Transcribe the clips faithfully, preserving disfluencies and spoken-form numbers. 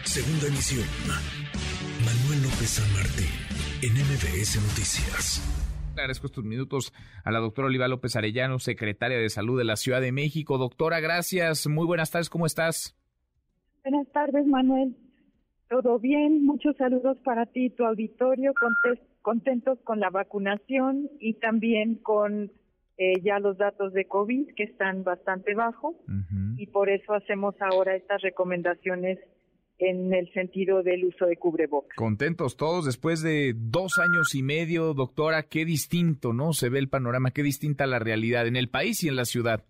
Segunda emisión. Manuel López San Martín, en M B S Noticias. Le agradezco estos minutos a la doctora Olivia López Arellano, secretaria de Salud de la Ciudad de México. Doctora, gracias. Muy buenas tardes. ¿Cómo estás? Buenas tardes, Manuel. Todo bien. Muchos saludos para ti y tu auditorio. Contentos con la vacunación y también con eh, ya los datos de COVID que están bastante bajos. Uh-huh. Y por eso hacemos ahora estas recomendaciones en el sentido del uso de cubrebocas. Contentos todos después de dos años y medio, doctora. Qué distinto, ¿no? Se ve el panorama, qué distinta la realidad en el país y en la ciudad.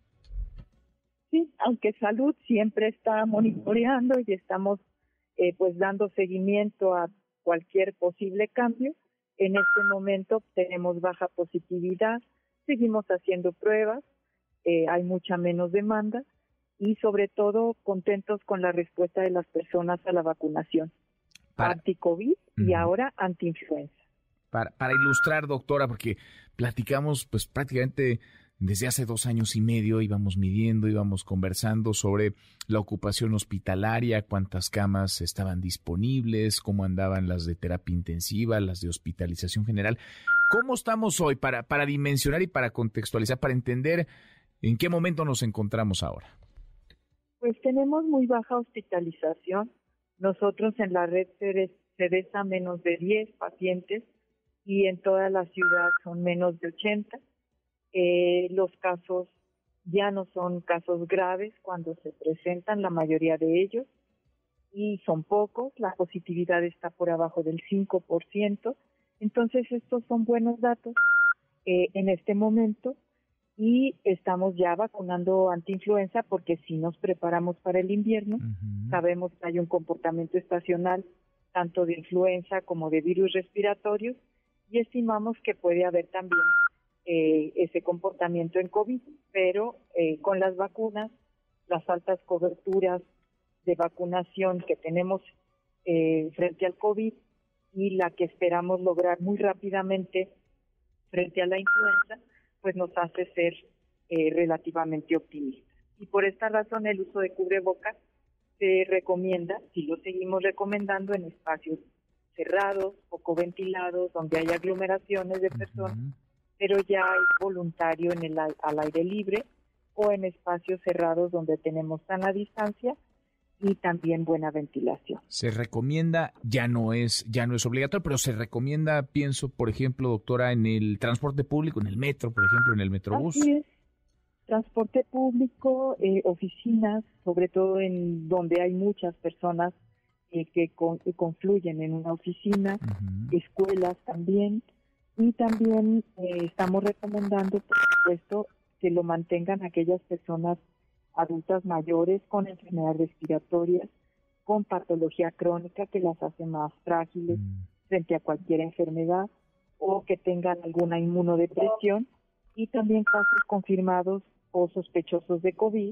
Sí, aunque Salud siempre está monitoreando y estamos eh, pues dando seguimiento a cualquier posible cambio. En este momento tenemos baja positividad, seguimos haciendo pruebas, eh, hay mucha menos demanda. Y sobre todo contentos con la respuesta de las personas a la vacunación para anti-COVID uh-huh. y ahora anti-influenza. Para, para ilustrar, doctora, porque platicamos pues prácticamente desde hace dos años y medio, íbamos midiendo, íbamos conversando sobre la ocupación hospitalaria, cuántas camas estaban disponibles, cómo andaban las de terapia intensiva, las de hospitalización general. ¿Cómo estamos hoy para, para dimensionar y para contextualizar, para entender en qué momento nos encontramos ahora? Pues tenemos muy baja hospitalización. Nosotros en la red Sedesa menos de diez pacientes y en toda la ciudad son menos de ochenta. Eh, los casos ya no son casos graves cuando se presentan, la mayoría de ellos, y son pocos. La positividad está por abajo del cinco por ciento. Entonces estos son buenos datos eh, en este momento. Y estamos ya vacunando antiinfluenza porque si nos preparamos para el invierno, uh-huh. sabemos que hay un comportamiento estacional tanto de influenza como de virus respiratorios y estimamos que puede haber también eh, ese comportamiento en COVID, pero eh, con las vacunas, las altas coberturas de vacunación que tenemos eh, frente al COVID y la que esperamos lograr muy rápidamente frente a la influenza, pues nos hace ser eh, relativamente optimistas. Y por esta razón el uso de cubrebocas se recomienda, si lo seguimos recomendando, en espacios cerrados, poco ventilados, donde hay aglomeraciones de personas, uh-huh. pero ya es voluntario en el al aire libre o en espacios cerrados donde tenemos sana distancia y también buena ventilación. Se recomienda, ya no es ya no es obligatorio, pero se recomienda, pienso, por ejemplo, doctora, en el transporte público, en el metro, por ejemplo, en el metrobús. Así es. Transporte público, eh, oficinas, sobre todo en donde hay muchas personas eh, que, con, que confluyen en una oficina, uh-huh. escuelas también, y también eh, estamos recomendando, por supuesto, que lo mantengan aquellas personas adultas mayores con enfermedades respiratorias, con patología crónica que las hace más frágiles mm. frente a cualquier enfermedad o que tengan alguna inmunodepresión y también casos confirmados o sospechosos de COVID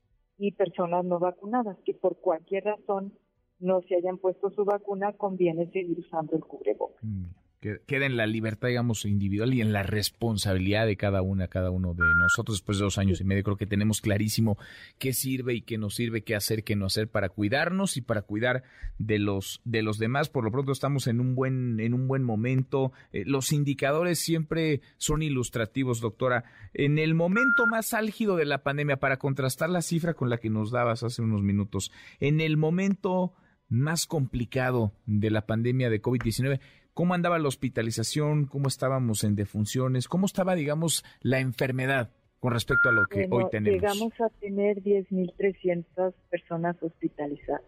y personas no vacunadas que por cualquier razón no se hayan puesto su vacuna, conviene seguir usando el cubrebocas. Mm. Queda en la libertad, digamos, individual y en la responsabilidad de cada una, cada uno de nosotros. Después de dos años y medio creo que tenemos clarísimo qué sirve y qué no sirve, qué hacer, qué no hacer para cuidarnos y para cuidar de los de los demás. Por lo pronto estamos en un buen en un buen momento. Eh, los indicadores siempre son ilustrativos, doctora. En el momento más álgido de la pandemia, para contrastar la cifra con la que nos dabas hace unos minutos, en el momento más complicado de la pandemia de COVID diecinueve, ¿cómo andaba la hospitalización? ¿Cómo estábamos en defunciones? ¿Cómo estaba, digamos, la enfermedad con respecto a lo que bueno, hoy tenemos? Llegamos a tener diez mil trescientas personas hospitalizadas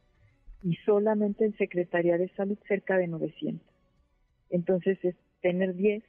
y solamente en Secretaría de Salud cerca de novecientas. Entonces, es, tener diez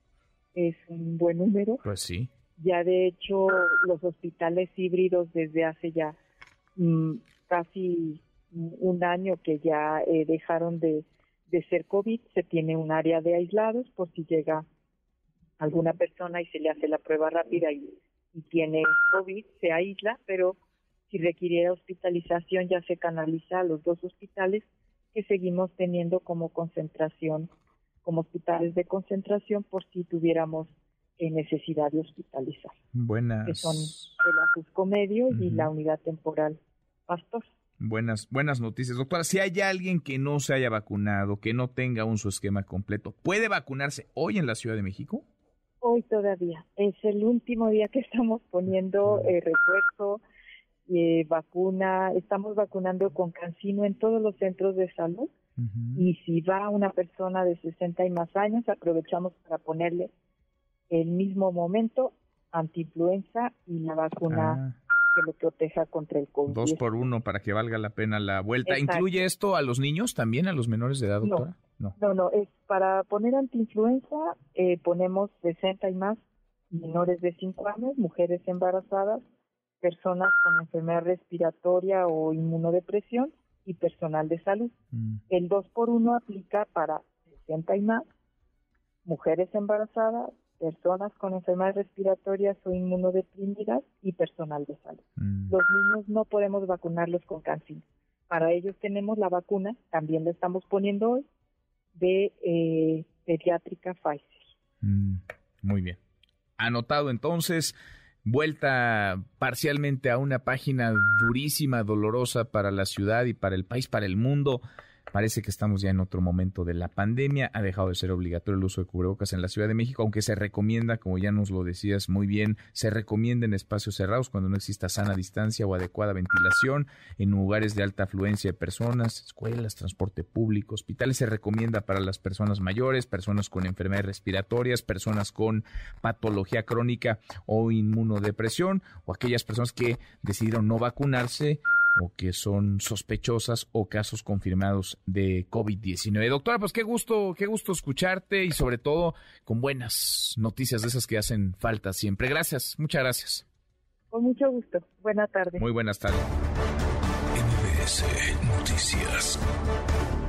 es un buen número. Pues sí. Ya de hecho, los hospitales híbridos desde hace ya mmm, casi un año que ya eh, dejaron de, de ser COVID, se tiene un área de aislados por si llega alguna persona y se le hace la prueba rápida y, y tiene COVID, se aísla, pero si requiriera hospitalización ya se canaliza a los dos hospitales que seguimos teniendo como concentración, como hospitales de concentración por si tuviéramos eh, necesidad de hospitalizar. Buenas. Que son el Ajusco Medio uh-huh. y la Unidad Temporal Pastor. Buenas, buenas noticias, doctora. Si hay alguien que no se haya vacunado, que no tenga aún su esquema completo, ¿puede vacunarse hoy en la Ciudad de México? Hoy todavía. Es el último día que estamos poniendo eh, refuerzo, eh, vacuna. Estamos vacunando con CanSino en todos los centros de salud. Uh-huh. Y si va una persona de sesenta y más años, aprovechamos para ponerle el mismo momento antiinfluenza y la vacuna ah. que lo proteja contra el COVID. Dos por uno para que valga la pena la vuelta. Exacto. ¿Incluye esto a los niños también, a los menores de edad, doctora? No, no, no, no es para poner antiinfluenza, eh, ponemos sesenta y más, menores de cinco años, mujeres embarazadas, personas con enfermedad respiratoria o inmunodepresión y personal de salud. Mm. El dos por uno aplica para sesenta y más, mujeres embarazadas, personas con enfermedades respiratorias o inmunodeprimidas y personal de salud. Mm. Los niños no podemos vacunarlos con CanSino. Para ellos tenemos la vacuna, también la estamos poniendo hoy, de eh, pediátrica Pfizer. Mm. Muy bien. Anotado entonces, vuelta parcialmente a una página durísima, dolorosa para la ciudad y para el país, para el mundo. Parece que estamos ya en otro momento de la pandemia. Ha dejado de ser obligatorio el uso de cubrebocas en la Ciudad de México, aunque se recomienda, como ya nos lo decías muy bien, se recomienda en espacios cerrados cuando no exista sana distancia o adecuada ventilación, en lugares de alta afluencia de personas, escuelas, transporte público, hospitales. Se recomienda para las personas mayores, personas con enfermedades respiratorias, personas con patología crónica o inmunodepresión, o aquellas personas que decidieron no vacunarse o que son sospechosas o casos confirmados de COVID diecinueve. Doctora, pues qué gusto, qué gusto escucharte y sobre todo con buenas noticias de esas que hacen falta siempre. Gracias, muchas gracias. Con mucho gusto. Buenas tardes. Muy buenas tardes. M V S Noticias.